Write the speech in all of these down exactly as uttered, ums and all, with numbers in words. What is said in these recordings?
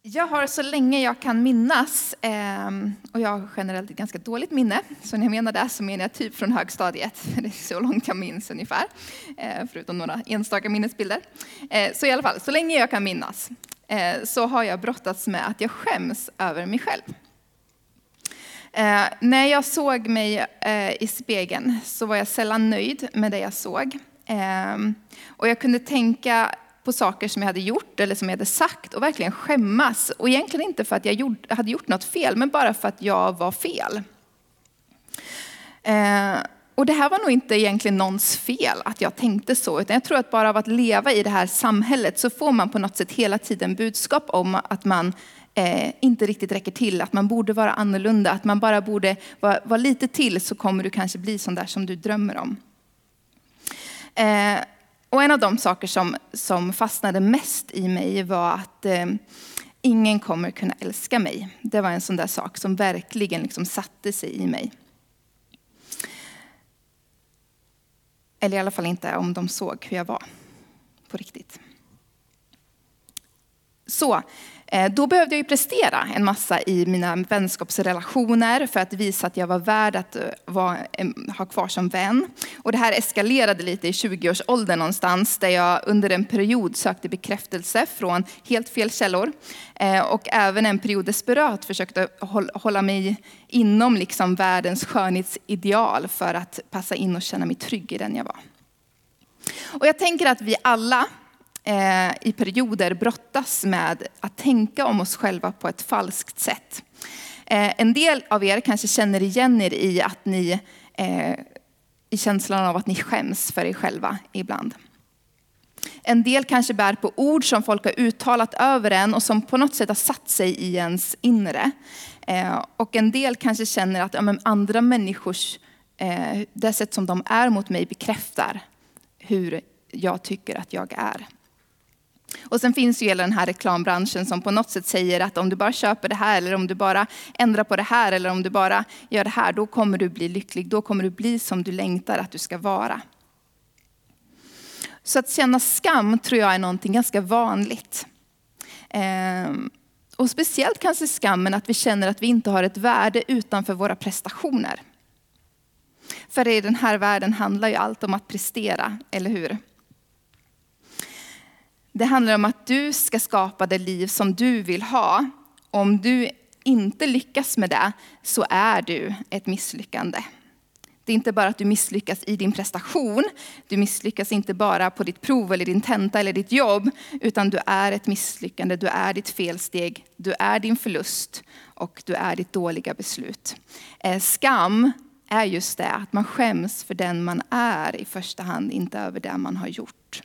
Jag har så länge jag kan minnas, eh, och jag har generellt ett ganska dåligt minne, så när jag menar det så menar jag typ från högstadiet, det är så långt jag minns ungefär, eh, förutom några enstaka minnesbilder. Eh, så i alla fall, så länge jag kan minnas eh, så har jag brottats med att jag skäms över mig själv. Eh, när jag såg mig eh, i spegeln så var jag sällan nöjd med det jag såg. Eh, och jag kunde tänka på saker som jag hade gjort eller som jag hade sagt och verkligen skämmas. Och egentligen inte för att jag gjort, hade gjort något fel, men bara för att jag var fel. Eh, och det här var nog inte egentligen någons fel att jag tänkte så, utan jag tror att bara av att leva i det här samhället så får man på något sätt hela tiden budskap om att man eh, inte riktigt räcker till, att man borde vara annorlunda, att man bara borde vara, vara lite till så kommer du kanske bli sån där som du drömmer om. Eh, Och en av de saker som, som fastnade mest i mig var att eh, ingen kommer kunna älska mig. Det var en sån där sak som verkligen liksom satte sig i mig. Eller i alla fall inte om de såg hur jag var på riktigt. Så då behövde jag ju prestera en massa i mina vänskapsrelationer för att visa att jag var värd att vara, ha kvar som vän. Och det här eskalerade lite i tjugoårsåldern någonstans, där jag under en period sökte bekräftelse från helt fel källor. Och även en period desperat försökte hålla mig inom liksom världens skönhetsideal för att passa in och känna mig trygg i den jag var. Och jag tänker att vi alla i perioder brottas med att tänka om oss själva på ett falskt sätt. En del av er kanske känner igen er i att ni i känslan av att ni skäms för er själva ibland. En del kanske bär på ord som folk har uttalat över en och som på något sätt har satt sig i ens inre. Och en del kanske känner att ja, men andra människors det sätt som de är mot mig bekräftar hur jag tycker att jag är. Och sen finns ju hela den här reklambranschen som på något sätt säger att om du bara köper det här, eller om du bara ändrar på det här, eller om du bara gör det här, då kommer du bli lycklig. Då kommer du bli som du längtar att du ska vara. Så att känna skam tror jag är någonting ganska vanligt. Ehm, och speciellt kanske skammen att vi känner att vi inte har ett värde utanför våra prestationer. För i den här världen handlar ju allt om att prestera, eller hur? Det handlar om att du ska skapa det liv som du vill ha. Om du inte lyckas med det så är du ett misslyckande. Det är inte bara att du misslyckas i din prestation. Du misslyckas inte bara på ditt prov eller din tenta eller ditt jobb. Utan du är ett misslyckande, du är ditt felsteg, du är din förlust och du är ditt dåliga beslut. Skam är just det, att man skäms för den man är i första hand, inte över det man har gjort.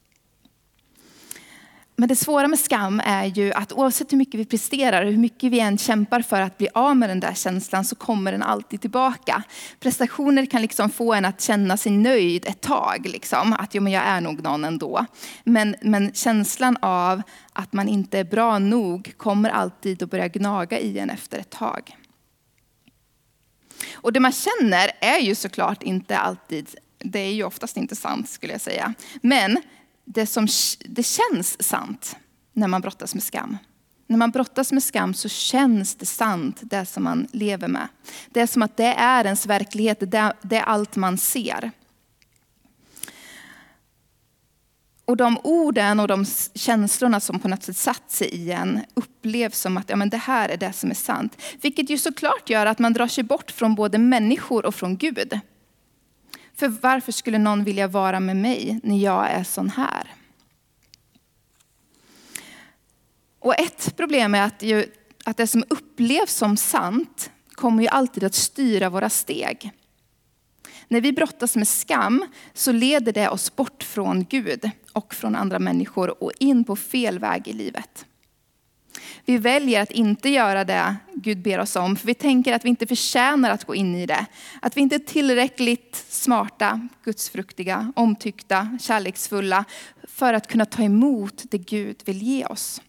Men det svåra med skam är ju att oavsett hur mycket vi presterar, hur mycket vi än kämpar för att bli av med den där känslan, så kommer den alltid tillbaka. Prestationer kan liksom få en att känna sig nöjd ett tag, liksom, att jo, men jag är nog någon ändå. Men, men känslan av att man inte är bra nog kommer alltid att börja gnaga i en efter ett tag. Och det man känner är ju såklart inte alltid, det är ju oftast inte sant skulle jag säga. Men det, som, det känns sant när man brottas med skam. När man brottas med skam så känns det sant, det som man lever med. Det är som att det är ens verklighet, det, det är allt man ser. Och de orden och de känslorna som på något sätt satt sig i en upplevs som att ja, men det här är det som är sant. Vilket ju såklart gör att man drar sig bort från både människor och från Gud. För varför skulle någon vilja vara med mig när jag är sån här? Och ett problem är att, ju, att det som upplevs som sant kommer ju alltid att styra våra steg. När vi brottas med skam så leder det oss bort från Gud och från andra människor och in på fel väg i livet. Vi väljer att inte göra det Gud ber oss om, för vi tänker att vi inte förtjänar att gå in i det. Att vi inte är tillräckligt smarta, gudsfruktiga, omtyckta, kärleksfulla för att kunna ta emot det Gud vill ge oss.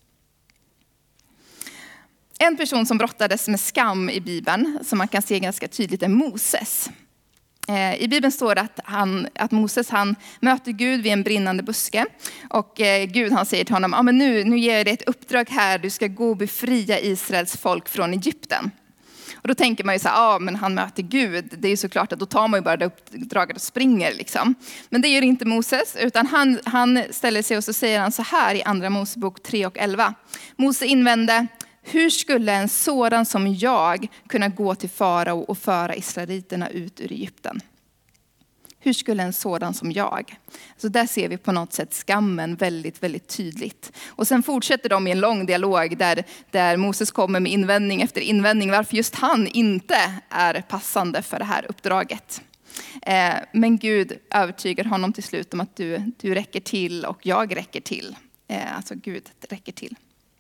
En person som brottades med skam i Bibeln, som man kan se ganska tydligt, är Moses. I Bibeln står det att, han, att Moses han möter Gud vid en brinnande buske. Och Gud han säger till honom, ah, men nu, nu ger jag dig ett uppdrag här, du ska gå och befria Israels folk från Egypten. Och då tänker man ju så här, ja ah, men han möter Gud. Det är ju såklart att då tar man ju bara det uppdraget och springer liksom. Men det gör inte Moses, utan han, han ställer sig och så säger han så här i andra Mosebok tre och elva. Mose invände, hur skulle en sådan som jag kunna gå till farao och föra israeliterna ut ur Egypten? Hur skulle en sådan som jag? Så där ser vi på något sätt skammen väldigt, väldigt tydligt. Och sen fortsätter de i en lång dialog där, där Moses kommer med invändning efter invändning. Varför just han inte är passande för det här uppdraget. Eh, men Gud övertygar honom till slut om att du, du räcker till och jag räcker till. Eh, alltså Gud räcker till.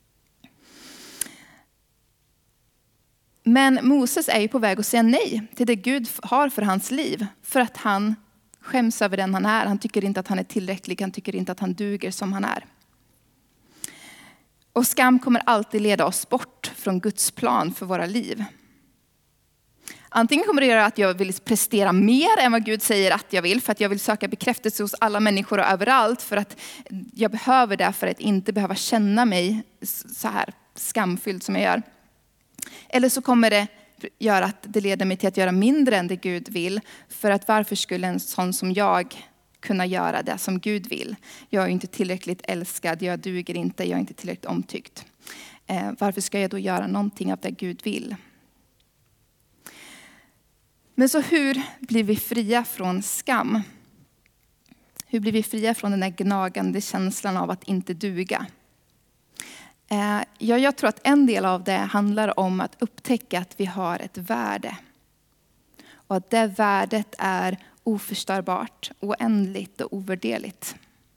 Men Moses är ju på väg att säga nej till det Gud har för hans liv. För att han skäms över den han är. Han tycker inte att han är tillräcklig. Han tycker inte att han duger som han är. Och skam kommer alltid leda oss bort från Guds plan för våra liv. Antingen kommer det göra att jag vill prestera mer än vad Gud säger att jag vill. För att jag vill söka bekräftelse hos alla människor och överallt. För att jag behöver det för att inte behöva känna mig så här skamfylld som jag gör. Eller så kommer det göra att det leder mig till att göra mindre än det Gud vill. För att varför skulle en sån som jag kunna göra det som Gud vill? Jag är inte tillräckligt älskad, jag duger inte, jag är inte tillräckligt omtyckt. Eh, varför ska jag då göra någonting av det Gud vill? Men så hur blir vi fria från skam? Hur blir vi fria från den här gnagande känslan av att inte duga? Ja, jag tror att en del av det handlar om att upptäcka att vi har ett värde. Och att det värdet är oförstörbart, oändligt och ovärderligt.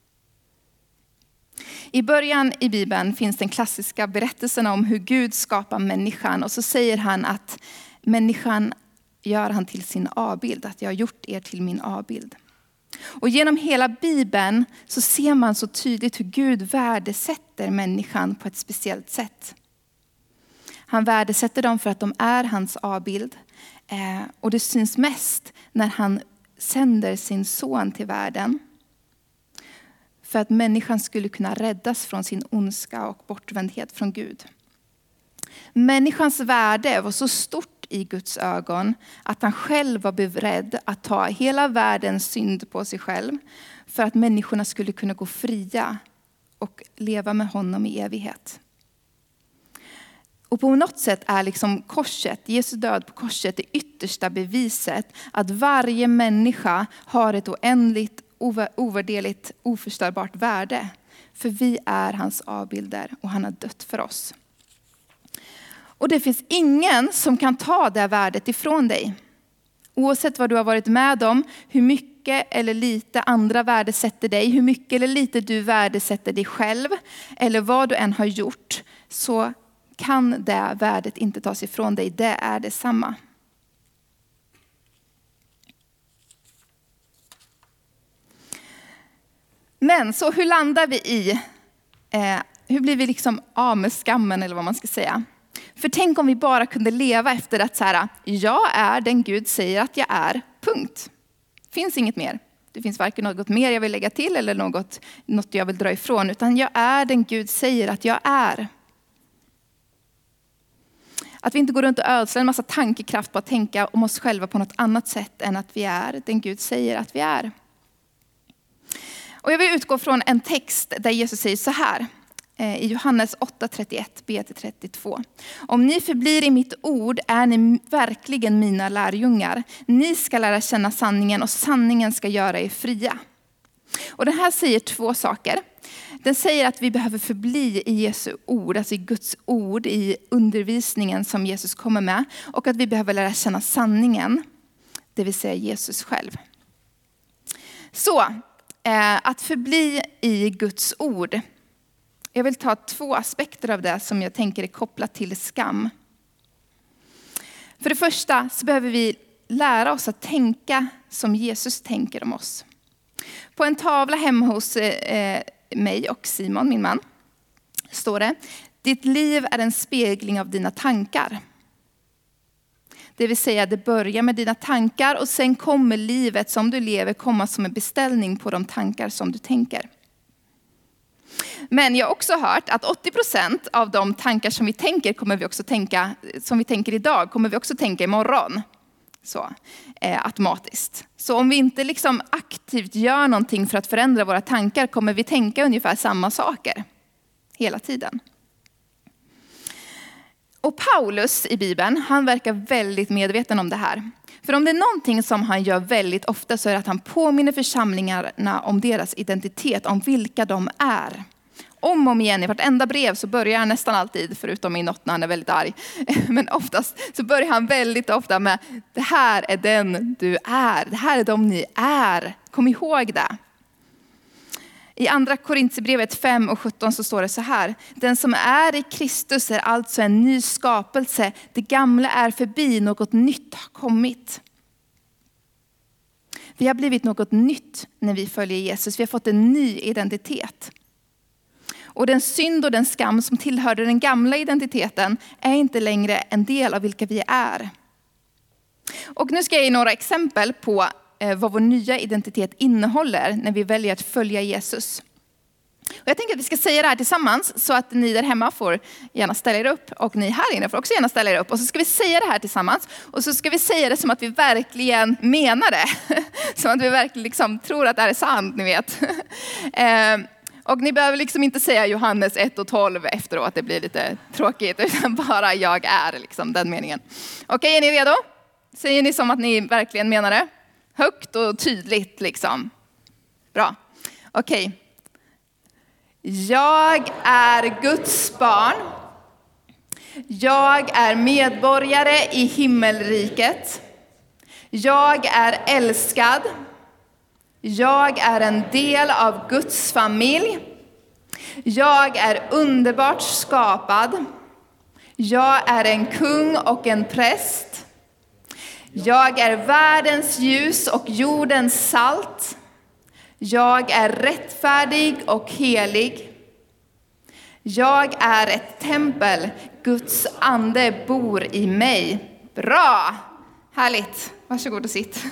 I början i Bibeln finns den klassiska berättelsen om hur Gud skapar människan. Och så säger han att människan gör han till sin avbild. Att jag har gjort er till min avbild. Och genom hela Bibeln så ser man så tydligt hur Gud värdesätter människan på ett speciellt sätt. Han värdesätter dem för att de är hans avbild. Eh, och det syns mest när han sänder sin son till världen. För att människan skulle kunna räddas från sin ondska och bortvändhet från Gud. Människans värde var så stort i Guds ögon att han själv var beredd att ta hela världens synd på sig själv för att människorna skulle kunna gå fria och leva med honom i evighet. Och på något sätt är liksom korset, Jesu död på korset, det yttersta beviset att varje människa har ett oändligt, ovärderligt, oförstörbart värde. För vi är hans avbilder och han har dött för oss. Och det finns ingen som kan ta det värdet ifrån dig. Oavsett vad du har varit med om, hur mycket eller lite andra värdesätter dig, hur mycket eller lite du värdesätter dig själv, eller vad du än har gjort, så kan det värdet inte tas ifrån dig. Det är detsamma. Men så hur landar vi i, eh, hur blir vi liksom av med skammen eller vad man ska säga? För tänk om vi bara kunde leva efter att så här, jag är den Gud säger att jag är, punkt. Finns inget mer. Det finns varken något mer jag vill lägga till eller något, något jag vill dra ifrån. Utan jag är den Gud säger att jag är. Att vi inte går runt och ödslar en massa tankekraft på att tänka om oss själva på något annat sätt än att vi är den Gud säger att vi är. Och jag vill utgå från en text där Jesus säger så här. I Johannes åtta trettioett b till trettiotvå. Om ni förblir i mitt ord är ni verkligen mina lärjungar. Ni ska lära känna sanningen och sanningen ska göra er fria. Och den här säger två saker. Den säger att vi behöver förbli i Jesu ord, alltså i Guds ord, i undervisningen som Jesus kommer med. Och att vi behöver lära känna sanningen, det vill säga Jesus själv. Så, eh, att förbli i Guds ord. Jag vill ta två aspekter av det som jag tänker är kopplat till skam. För det första så behöver vi lära oss att tänka som Jesus tänker om oss. På en tavla hemma hos eh, mig och Simon, min man, står det: ditt liv är en spegling av dina tankar. Det vill säga det börjar med dina tankar och sen kommer livet som du lever komma som en beställning på de tankar som du tänker. Men jag har också hört att åttio procent av de tankar som vi tänker kommer vi också tänka, som vi tänker idag, kommer vi också tänka imorgon. Så, eh, automatiskt. Så om vi inte liksom aktivt gör någonting för att förändra våra tankar kommer vi tänka ungefär samma saker hela tiden. Och Paulus i Bibeln, han verkar väldigt medveten om det här. För om det är någonting som han gör väldigt ofta så är det att han påminner församlingarna om deras identitet, om vilka de är. Om och om igen i vartenda brev så börjar han nästan alltid, förutom i något när han är väldigt arg. Men oftast så börjar han väldigt ofta med, det här är den du är. Det här är de ni är. Kom ihåg det. I andra Korinthierbrevet fem och sjutton så står det så här. Den som är i Kristus är alltså en ny skapelse. Det gamla är förbi, något nytt har kommit. Vi har blivit något nytt när vi följer Jesus. Vi har fått en ny identitet. Och den synd och den skam som tillhörde den gamla identiteten är inte längre en del av vilka vi är. Och nu ska jag ge några exempel på vad vår nya identitet innehåller när vi väljer att följa Jesus. Och jag tänker att vi ska säga det här tillsammans så att ni där hemma får gärna ställa er upp och ni här inne får också gärna ställa er upp. Och så ska vi säga det här tillsammans och så ska vi säga det som att vi verkligen menar det. Som att vi verkligen liksom tror att det här är sant, ni vet. Och ni behöver liksom inte säga Johannes ett och tolv efteråt, det blir lite tråkigt, utan bara jag är liksom den meningen. Okej, är ni redo? Säger ni som att ni verkligen menar det? Högt och tydligt liksom. Bra. Okej. Jag är Guds barn. Jag är medborgare i himmelriket. Jag är älskad. Jag är en del av Guds familj. Jag är underbart skapad. Jag är en kung och en präst. Jag är världens ljus och jordens salt. Jag är rättfärdig och helig. Jag är ett tempel. Guds ande bor i mig. Bra! Härligt. Varsågod och sitt.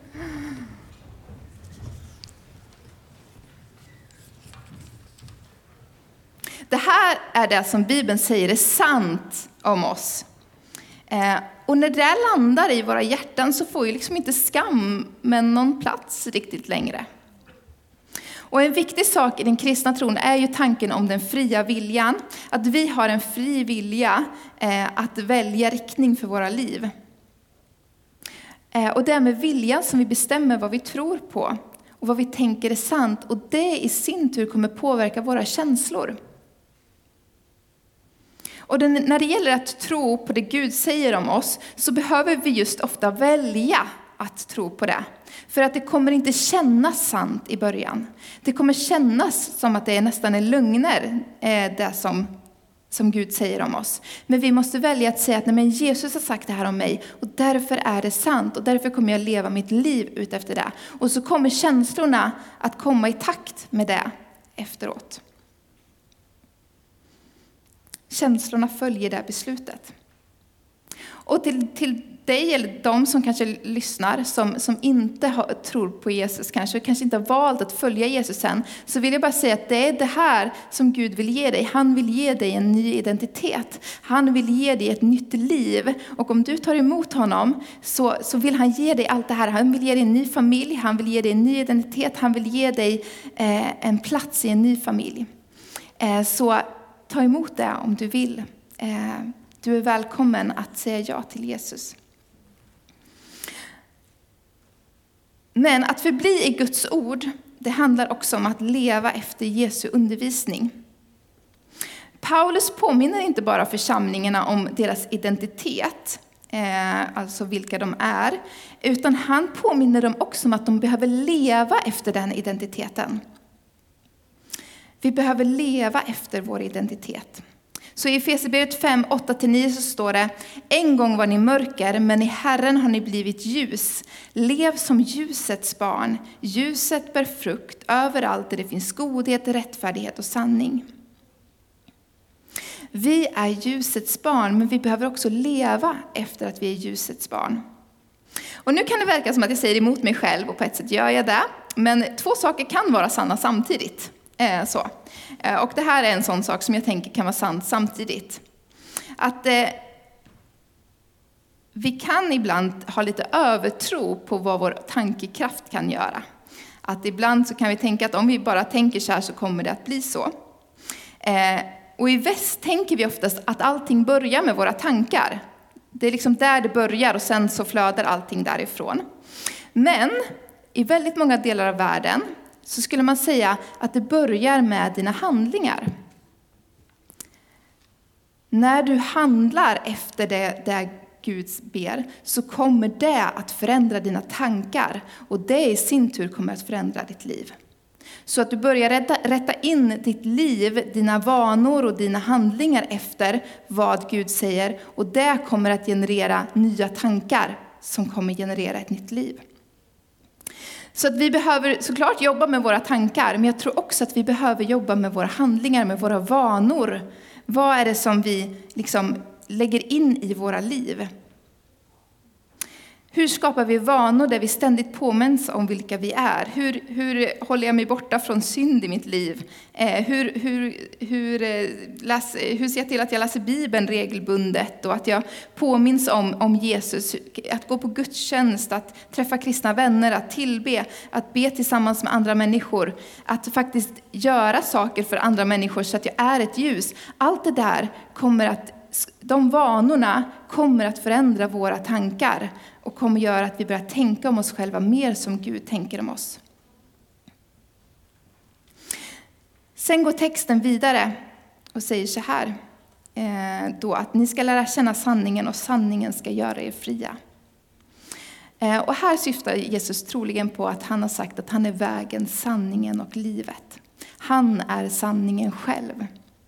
Det här är det som Bibeln säger är sant om oss. Eh, och när det landar i våra hjärtan så får ju liksom inte skammen någon plats riktigt längre. Och en viktig sak i den kristna tron är ju tanken om den fria viljan. Att vi har en fri vilja eh, att välja riktning för våra liv. Eh, och det är med viljan som vi bestämmer vad vi tror på och vad vi tänker är sant. Och det i sin tur kommer påverka våra känslor. Och den, när det gäller att tro på det Gud säger om oss så behöver vi just ofta välja att tro på det. För att det kommer inte kännas sant i början. Det kommer kännas som att det är nästan en lögner, eh, det som, som Gud säger om oss. Men vi måste välja att säga att nej, men Jesus har sagt det här om mig och därför är det sant. Och därför kommer jag leva mitt liv ut efter det. Och så kommer känslorna att komma i takt med det efteråt. Känslorna följer det beslutet. Och till, till dig eller de som kanske lyssnar som, som inte har, tror på Jesus kanske, kanske inte har valt att följa Jesus än, så vill jag bara säga att det är det här som Gud vill ge dig. Han vill ge dig en ny identitet. Han vill ge dig ett nytt liv. Och om du tar emot honom så, så vill han ge dig allt det här. Han vill ge dig en ny familj. Han vill ge dig en ny identitet. Han vill ge dig eh, en plats i en ny familj. Eh, så ta emot det om du vill. Eh, du är välkommen att säga ja till Jesus. Men att förbli i Guds ord, det handlar också om att leva efter Jesu undervisning. Paulus påminner inte bara församlingarna om deras identitet, eh, alltså vilka de är, utan han påminner dem också om att de behöver leva efter den identiteten. Vi behöver leva efter vår identitet. Så i Efesierbrevet fem, åtta till nio så står det: en gång var ni mörker, men i Herren har ni blivit ljus. Lev som ljusets barn. Ljuset bär frukt överallt där det finns godhet, rättfärdighet och sanning. Vi är ljusets barn, men vi behöver också leva efter att vi är ljusets barn. Och nu kan det verka som att jag säger emot mig själv, och på ett sätt gör jag det. Men två saker kan vara sanna samtidigt. Eh, så. Eh, och det här är en sån sak som jag tänker kan vara sant samtidigt. Att eh, vi kan ibland ha lite övertro på vad vår tankekraft kan göra. Att ibland så kan vi tänka att om vi bara tänker så här så kommer det att bli så. Eh, och i väst tänker vi oftast att allting börjar med våra tankar. Det är liksom där det börjar och sen så flödar allting därifrån. Men i väldigt många delar av världen så skulle man säga att det börjar med dina handlingar. När du handlar efter det, det Gud ber så kommer det att förändra dina tankar. Och det i sin tur kommer att förändra ditt liv. Så att du börjar rätta, rätta in ditt liv, dina vanor och dina handlingar efter vad Gud säger. Och det kommer att generera nya tankar som kommer generera ett nytt liv. Så att vi behöver såklart jobba med våra tankar, men jag tror också att vi behöver jobba med våra handlingar, med våra vanor. Vad är det som vi liksom lägger in i våra liv? Hur skapar vi vanor där vi ständigt påminns om vilka vi är? Hur, hur håller jag mig borta från synd i mitt liv? Eh, hur, hur, hur, läs, hur ser jag till att jag läser Bibeln regelbundet? Och att jag påminns om, om Jesus, att gå på gudstjänst, att träffa kristna vänner, att tillbe, att be tillsammans med andra människor. Att faktiskt göra saker för andra människor så att jag är ett ljus. Allt det där kommer att, de vanorna kommer att förändra våra tankar. Och kommer göra att vi börjar tänka om oss själva mer som Gud tänker om oss. Sen går texten vidare och säger så här. Eh, då att ni ska lära känna sanningen och sanningen ska göra er fria. Eh, och här syftar Jesus troligen på att han har sagt att han är vägen, sanningen och livet. Han är sanningen själv.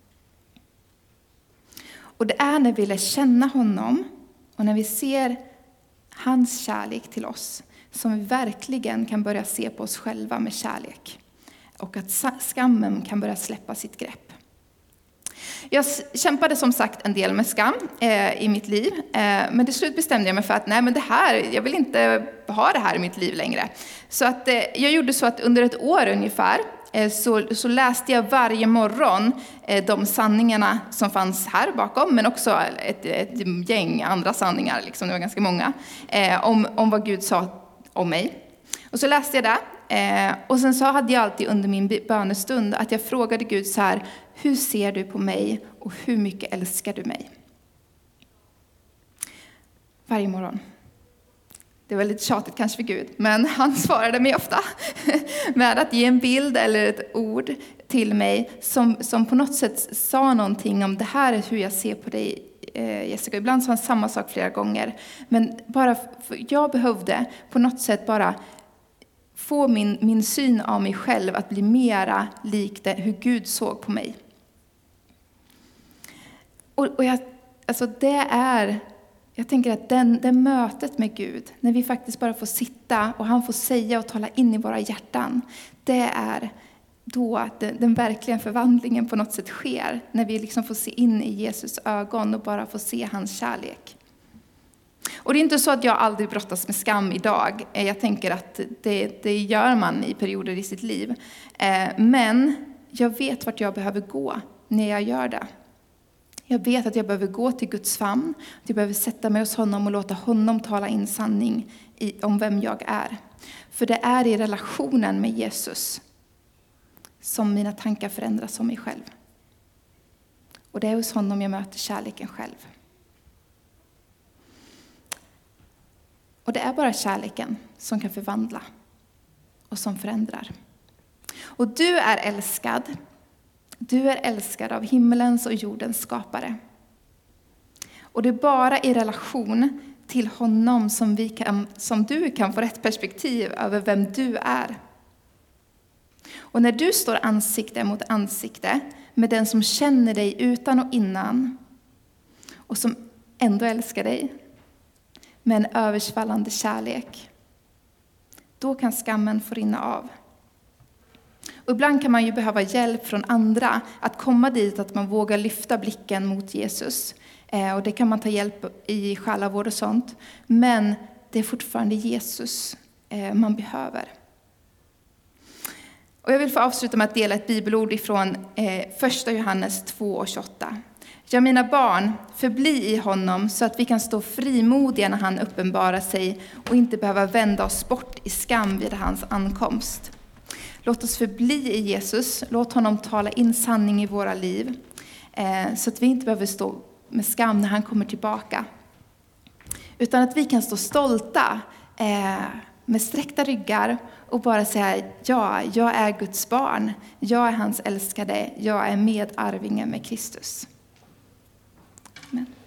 Och det är när vi lär känna honom och när vi ser hans kärlek till oss som vi verkligen kan börja se på oss själva med kärlek. Och att skammen kan börja släppa sitt grepp. Jag kämpade som sagt en del med skam eh, i mitt liv. Eh, men till slut bestämde jag mig för att nej, men det här, jag vill inte ha det här i mitt liv längre. Så att, eh, jag gjorde så att under ett år ungefär eh, så, så läste jag varje morgon eh, de sanningarna som fanns här bakom. Men också ett, ett gäng andra sanningar, liksom, det var ganska många. Eh, om, om vad Gud sa om mig. Och så läste jag det. Eh, och sen så hade jag alltid under min bönestund att jag frågade Gud så här: hur ser du på mig och hur mycket älskar du mig? Varje morgon. Det var lite tjatigt kanske för Gud, men han svarade mig ofta med att ge en bild eller ett ord till mig som, som på något sätt sa någonting om det här är hur jag ser på dig, eh, Jessica. Ibland sa han samma sak flera gånger, men bara jag behövde på något sätt bara få min, min syn av mig själv att bli mera lik det, hur Gud såg på mig. Och, och jag, alltså det är, jag tänker att den, det mötet med Gud, när vi faktiskt bara får sitta och han får säga och tala in i våra hjärtan, det är då att den, den verkligen förvandlingen på något sätt sker. När vi liksom får se in i Jesus ögon och bara får se hans kärlek. Och det är inte så att jag aldrig brottas med skam idag. Jag tänker att det, det gör man i perioder i sitt liv. Men jag vet vart jag behöver gå när jag gör det. Jag vet att jag behöver gå till Guds famn. Att jag behöver sätta mig hos honom och låta honom tala in sanning i, om vem jag är. För det är i relationen med Jesus som mina tankar förändras om mig själv. Och det är hos honom jag möter kärleken själv. Och det är bara kärleken som kan förvandla och som förändrar. Och du är älskad. Du är älskad av himmelens och jordens skapare. Och det är bara i relation till honom som, vi kan, som du kan få rätt perspektiv över vem du är. Och när du står ansikte mot ansikte med den som känner dig utan och innan och som ändå älskar dig med en översvallande kärlek, då kan skammen få rinna av. Och ibland kan man ju behöva hjälp från andra att komma dit, att man vågar lyfta blicken mot Jesus. Eh, och det kan man ta hjälp i själavård och sånt. Men det är fortfarande Jesus eh, man behöver. Och jag vill få avsluta med att dela ett bibelord ifrån eh, första Johannes två och tjugoåtta. Ja, mina barn, förbli i honom så att vi kan stå frimodiga när han uppenbarar sig och inte behöva vända oss bort i skam vid hans ankomst. Låt oss förbli i Jesus, låt honom tala in sanning i våra liv eh, så att vi inte behöver stå med skam när han kommer tillbaka. Utan att vi kan stå stolta eh, med sträckta ryggar och bara säga, ja, jag är Guds barn, jag är hans älskade, jag är medarvingen med Kristus. Amen.